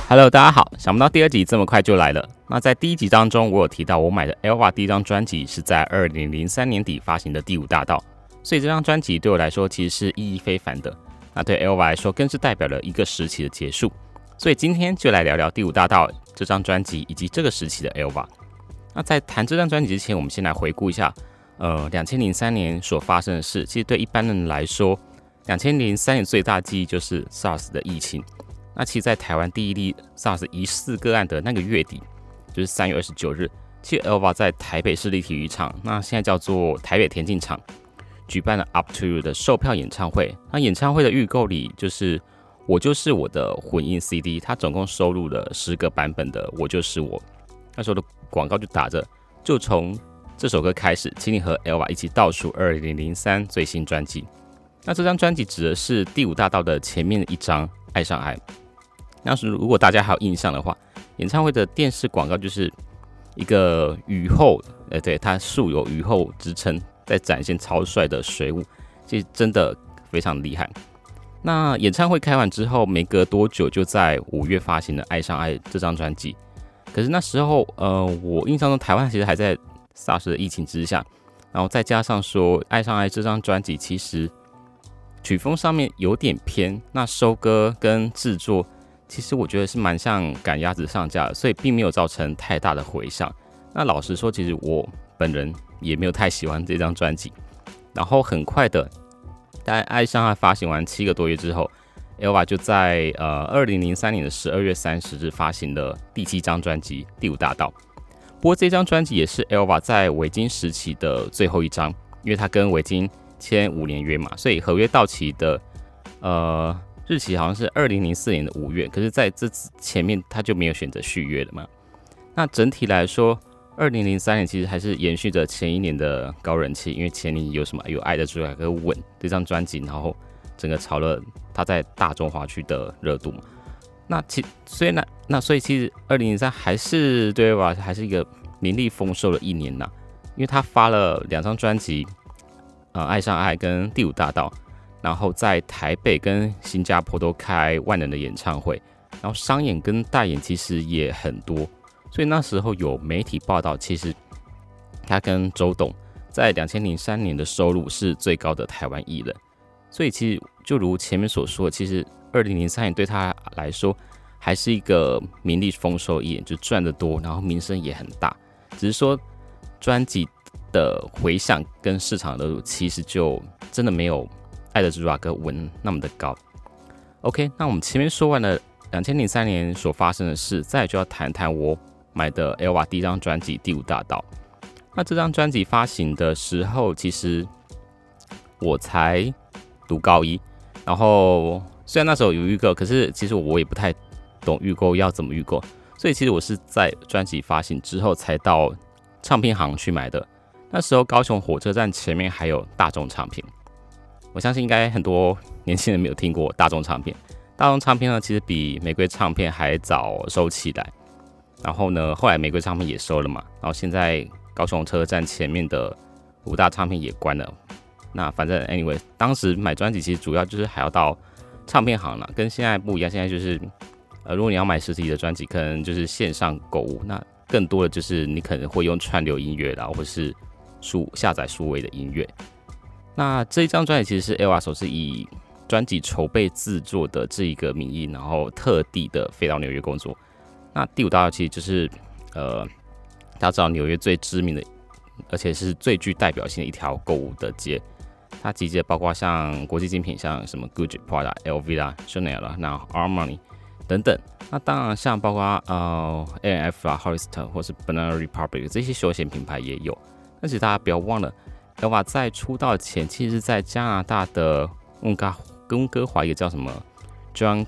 Hello， 大家好！想不到第二集这么快就来了。那在第一集当中，我有提到我买的 Elva 第一张专辑是在2003年底发行的《第五大道》，所以这张专辑对我来说其实是意义非凡的。那对 Elva 来说，更是代表了一个时期的结束。所以今天就来聊聊《第五大道》这张专辑以及这个时期的 Elva。那在谈这张专辑之前，我们先来回顾一下，2003年所发生的事。其实对一般人来说，2003年最大记忆就是 SARS 的疫情。那其实，在台湾第一例 SARS 疑似个案的那个月底，就是3月29日，其实 Elva 在台北市立体育场，那现在叫做台北田径场，举办了 Up to You 的售票演唱会。那演唱会的预购里，就是我就是我的混音 CD， 它总共收录了10个版本的我就是我。那时候的广告就打着，就从这首歌开始，请你和 Elva 一起倒数2003最新专辑。那这张专辑指的是第五大道的前面的一张《爱上爱》。那时如果大家还有印象的话，演唱会的电视广告就是一个雨后，对，它素有雨后之称，在展现超帅的水舞，其实真的非常厉害。那演唱会开完之后，没隔多久就在5月发行了《爱上爱》这张专辑。可是那时候，我印象中台湾其实还在 SARS 的疫情之下，然后再加上说《爱上爱》这张专辑其实曲风上面有点偏，那收歌跟制作。其实我觉得是蛮像赶鸭子上架的，所以并没有造成太大的回响。那老实说，其实我本人也没有太喜欢这张专辑。然后很快的，在《爱上爱》发行完7个多月之后 ，Elva 就在2003年的12月30日发行了第7张专辑《第五大道》。不过这张专辑也是 Elva 在维京时期的最后一张，因为他跟维京签5年约嘛，所以合约到期的日期好像是2004年的5月，可是在这前面他就没有选择续约了嘛。那整体来说，2003年其实还是延续着前一年的高人气，因为前年有什么有爱的主打歌《吻》这张专辑，然后整个炒了他在大中华区的热度嘛。所以其实2003还是对吧，还是一个名利丰收的一年呐，因为他发了2张专辑，爱上爱跟第五大道。然后在台北跟新加坡都开万人的演唱会，然后商演跟代言其实也很多，所以那时候有媒体报道，其实他跟周董在2003年的收入是最高的台湾艺人，所以其实就如前面所说的，其实2003年对他来说还是一个名利丰收一年，就赚得多，然后名声也很大，只是说专辑的回响跟市场热度其实就真的没有爱的主打歌吻那么的高。 OK， 那我们前面说完了2003年所发生的事，再来就要谈谈我买的 Elva 第一张专辑《第五大道》。那这张专辑发行的时候，其实我才读高一，然后虽然那时候有预购，可是其实我也不太懂预购要怎么预购，所以其实我是在专辑发行之后才到唱片行去买的。那时候高雄火车站前面还有大众唱片，我相信应该很多年轻人没有听过大众唱片。大众唱片呢，其实比玫瑰唱片还早收起来。然后呢，后来玫瑰唱片也收了嘛。然后现在高雄车站前面的5大唱片也关了。那反正 anyway， 当时买专辑其实主要就是还要到唱片行啦，跟现在不一样。现在就是如果你要买实体的专辑，可能就是线上购物。那更多的就是你可能会用串流音乐啦，或是下载数位的音乐。那这一张专辑其实是 Elva 首次以专辑筹备制作的这一个名义，然后特地的飞到纽约工作。那第五大道其实就是大家知道纽约最知名的，而且是最具代表性的一条购物的街。它集结包括像国际精品，像什么 Gucci、Prada、LV 啦、Chanel 啦、那 Armani 等等。那当然像包括A&F 啦、Hollister 或是 Banana Republic 这些休闲品牌也有。但是大家不要忘了，Elva 在出道前其实是在加拿大的温哥华一个叫什么 John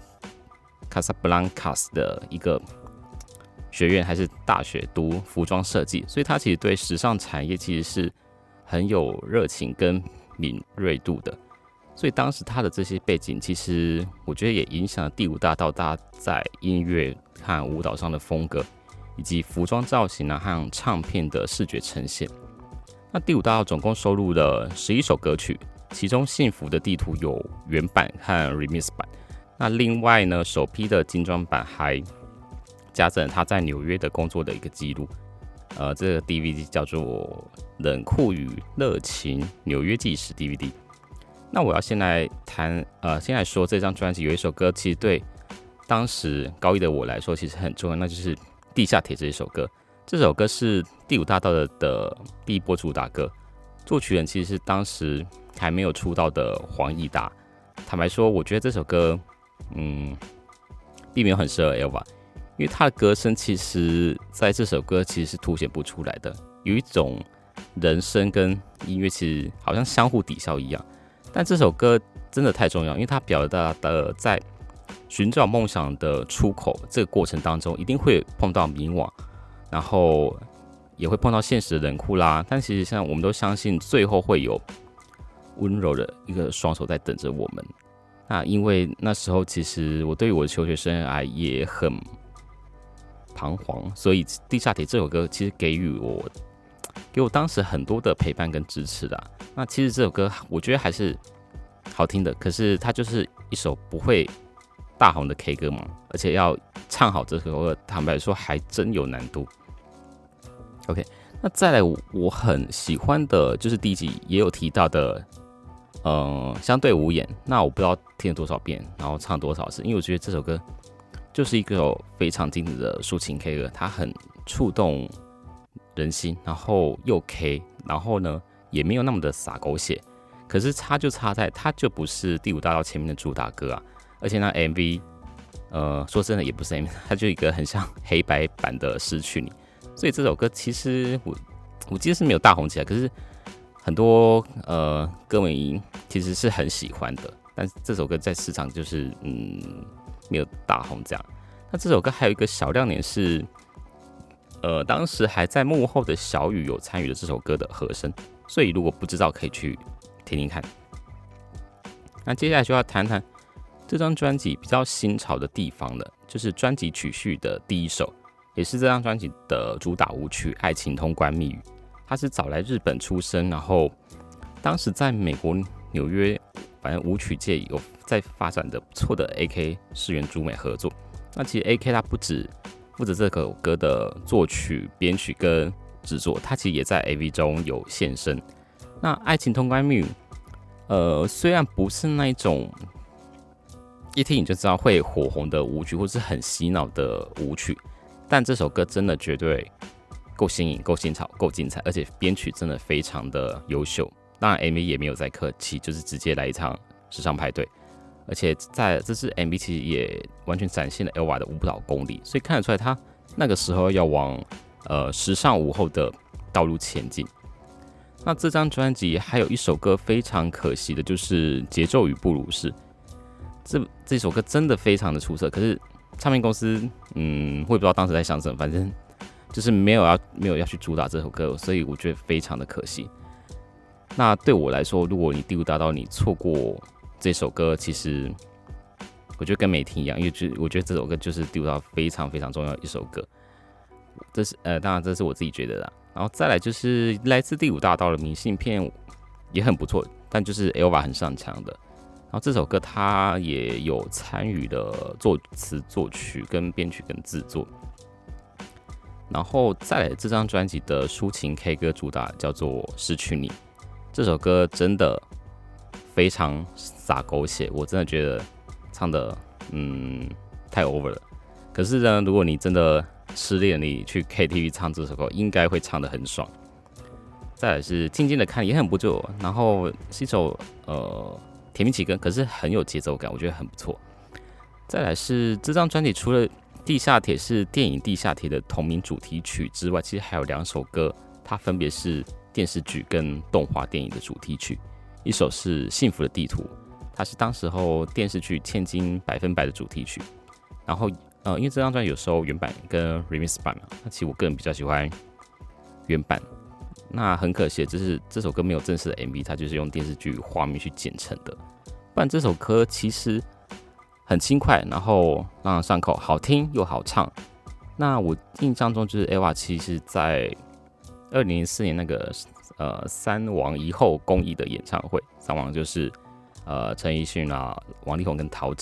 Casablancas 的一个学院还是大学读服装设计，所以他其实对时尚产业其实是很有热情跟敏锐度的。所以当时他的这些背景，其实我觉得也影响了第五大道大家在音乐和舞蹈上的风格，以及服装造型和唱片的视觉呈现。那第五大道总共收录了11首歌曲，其中《幸福的地图》有原版和 remix 版。那另外呢，首批的精装版还加赠他在纽约的工作的一个记录。这个 DVD 叫做《冷酷与热情纽约纪实》DVD。那我要先来说这张专辑有一首歌，其实对当时高一的我来说其实很重要，那就是《地下铁》这一首歌。这首歌是第五大道的第一波主打歌，作曲人其实是当时还没有出道的黄义达。坦白说，我觉得这首歌，并没有很适合 Elva， 因为他的歌声其实在这首歌其实是凸显不出来的，有一种人声跟音乐其实好像相互抵消一样。但这首歌真的太重要，因为它表达的在寻找梦想的出口这个过程当中，一定会碰到迷惘，然后也会碰到现实的冷酷啦。但其实像我们都相信，最后会有温柔的一个双手在等着我们。那因为那时候其实我对于我的求学生涯也很彷徨，所以《地下铁》这首歌其实给我当时很多的陪伴跟支持的。那其实这首歌我觉得还是好听的，可是它就是一首不会大红的 K 歌嘛，而且要唱好这首歌，坦白说还真有难度。OK， 那再来我很喜欢的就是第一集也有提到的，相对无言。那我不知道听了多少遍，然后唱多少次，因为我觉得这首歌就是一个非常经典的抒情 K 歌，它很触动人心，然后又 K， 然后呢也没有那么的洒狗血，可是差就差在它就不是第五大道前面的主打歌啊，而且那 MV， 说真的也不是 MV， 它就一个很像黑白版的失去你，所以这首歌其实我记得是没有大红起来，可是很多歌迷其实是很喜欢的，但是这首歌在市场就是没有大红这样。那这首歌还有一个小亮点是，当时还在幕后的小雨有参与了这首歌的和声，所以如果不知道可以去听听看。那接下来就要谈谈这张专辑比较新潮的地方了，就是专辑曲序的第一首，也是这张专辑的主打舞曲《爱情通关密语》。它是早来日本出生，然后当时在美国纽约，反正舞曲界有在发展的不错的 AK 世原朱美合作。那其实 AK 他不止负责这首歌的作曲、编曲跟制作，他其实也在 AV 中有现身。那《爱情通关密语》虽然不是那一种一听你就知道会火红的舞曲，或是很洗脑的舞曲，但这首歌真的绝对够新颖、够新潮、够精彩，而且编曲真的非常的优秀。当然 MV 也没有再客气，就是直接来一场时尚派对。而且在这支 MV 其实也完全展现了 Elva 的舞蹈功力，所以看得出来他那个时候要往时尚舞后的道路前进。那这张专辑还有一首歌非常可惜的，就是《节奏与布鲁士》。这首歌真的非常的出色，可是唱片公司我也不知道当时在想什么，反正就是没有要去主打这首歌，所以我觉得非常的可惜。那对我来说，如果你第五大道你错过这首歌，其实我觉得跟没听一样，因为我觉得这首歌就是第五大道非常非常重要的一首歌。这是当然这是我自己觉得啦。然后再来就是来自第五大道的明信片也很不错，但就是 Elva 很擅长的。然后这首歌他也有参与了作词、作曲、跟编曲、跟制作。然后再来这张专辑的抒情 K 歌主打叫做《失去你》，这首歌真的非常洒狗血，我真的觉得唱的太 over 了。可是呢，如果你真的失恋，你去 KTV 唱这首歌，应该会唱得很爽。再来是静静的看，也很不错，然后是一首甜蜜起歌，可是很有节奏感，我觉得很不错。再来是这张专辑除了《地下铁》是电影《地下铁》的同名主题曲之外，其实还有2首歌，它分别是电视剧跟动画电影的主题曲。一首是《幸福的地图》，它是当时候电视剧《千金百分百》的主题曲。然后因为这张专辑有时候原版跟 remix 版嘛，那其实我个人比较喜欢原版。那很可惜，就是这首歌没有正式的 MV， 它就是用电视剧画面去剪成的。不然这首歌其实很轻快，然后朗朗上口，好听又好唱。那我印象中就是 Elva 其实在2004年那个三王一后公益的演唱会，三王就是陈奕迅啊、王力宏跟陶喆。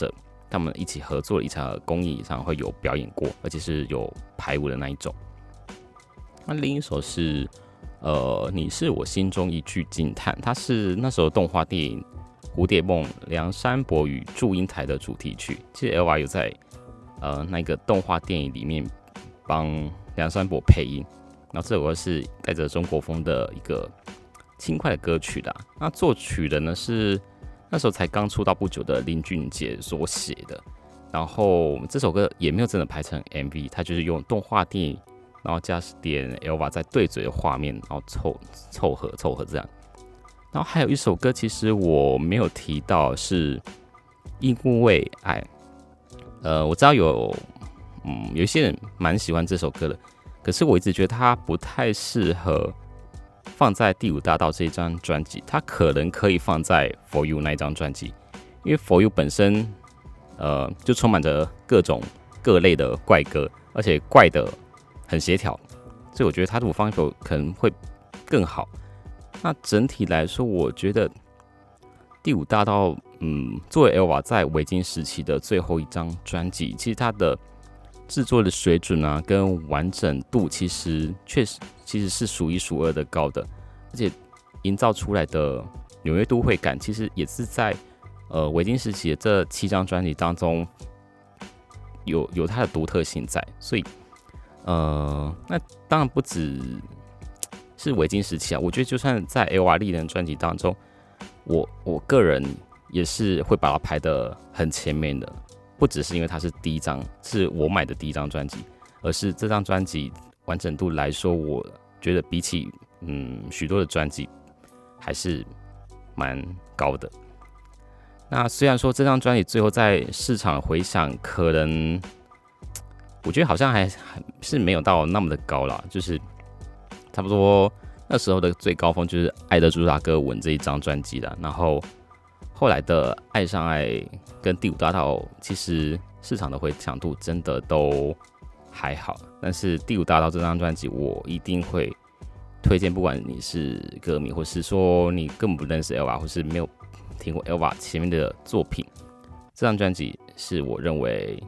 他们一起合作的一场公益演唱会有表演过，而且是有排舞的那一种。那另一首是你是我心中一句惊叹，它是那时候动画电影《蝴蝶梦》梁山伯与祝英台的主题曲。其实 Elva 有在那个动画电影里面帮梁山伯配音，然后这首歌是带着中国风的一个轻快的歌曲啦。那作曲的呢是那时候才刚出道不久的林俊杰所写的，然后这首歌也没有真的拍成 MV， 它就是用动画电影，然后加点 Elva 在对嘴的画面，然后凑合这样。然后还有一首歌，其实我没有提到，是因为爱。我知道有一些人蛮喜欢这首歌的，可是我一直觉得它不太适合放在第五大道这一张专辑，它可能可以放在 For You 那一张专辑，因为 For You 本身就充满着各类的怪歌，而且怪的很协调，所以我觉得它如果放一首可能会更好。那整体来说，我觉得第五大道，作为 Elva 在维京时期的最后一张专辑，其实它的制作的水准啊，跟完整度其实是数一数二的高的，而且营造出来的纽约都会感，其实也是在维京时期的这7张专辑当中有它的独特性在，所以那当然不只是维京时期啊，我觉得就算在 Elva 历年专辑当中，我个人也是会把它排得很前面的，不只是因为它是第一张，是我买的第一张专辑，而是这张专辑完整度来说，我觉得比起许多的专辑还是蛮高的。那虽然说这张专辑最后在市场回响可能，我觉得好像还是没有到那么的高啦，就是差不多那时候的最高峰就是《爱的主打歌吻》这一张专辑啦，然后后来的《爱上爱》跟《第五大道》其实市场的回响度真的都还好，但是《第五大道》这张专辑我一定会推荐，不管你是歌迷，或是说你根本不认识 Elva， 或是没有听过 Elva 前面的作品，这张专辑是我认为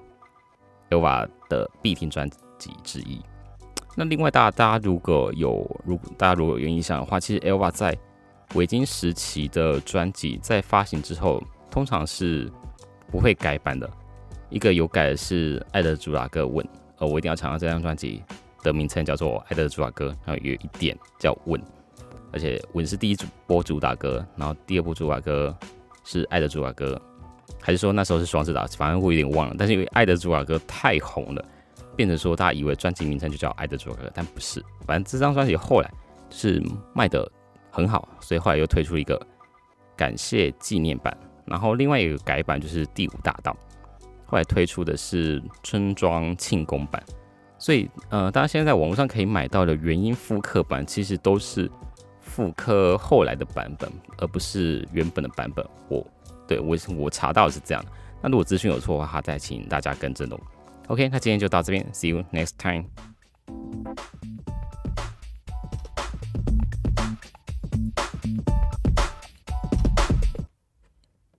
Elva 的必听专辑之一。那另外大家如果有印象的话，其实 Elva 在维京时期的专辑在发行之后，通常是不会改版的。一个有改的是《爱的主打歌吻》，我一定要强调这张专辑的名称叫做《爱的主打歌》，然后有一点叫吻，而且吻是第一波主打歌，然后第二波主打歌是《爱的主打歌》，还是说那时候是双主打，反正我有点忘了。但是因为《爱的主打歌》太红了，变成说大家以为专辑名称就叫《爱的主打歌》，但不是。反正这张专辑后来是卖的很好，所以后来又推出一个感谢纪念版，然后另外一个改版就是第五大道，后来推出的是村庄庆功版。所以大家现在在网络上可以买到的原音复刻版，其实都是复刻后来的版本，而不是原本的版本。我查到的是这样的。那如果资讯有错的话，再请大家更正哦。OK， 那今天就到这边 ，See you next time。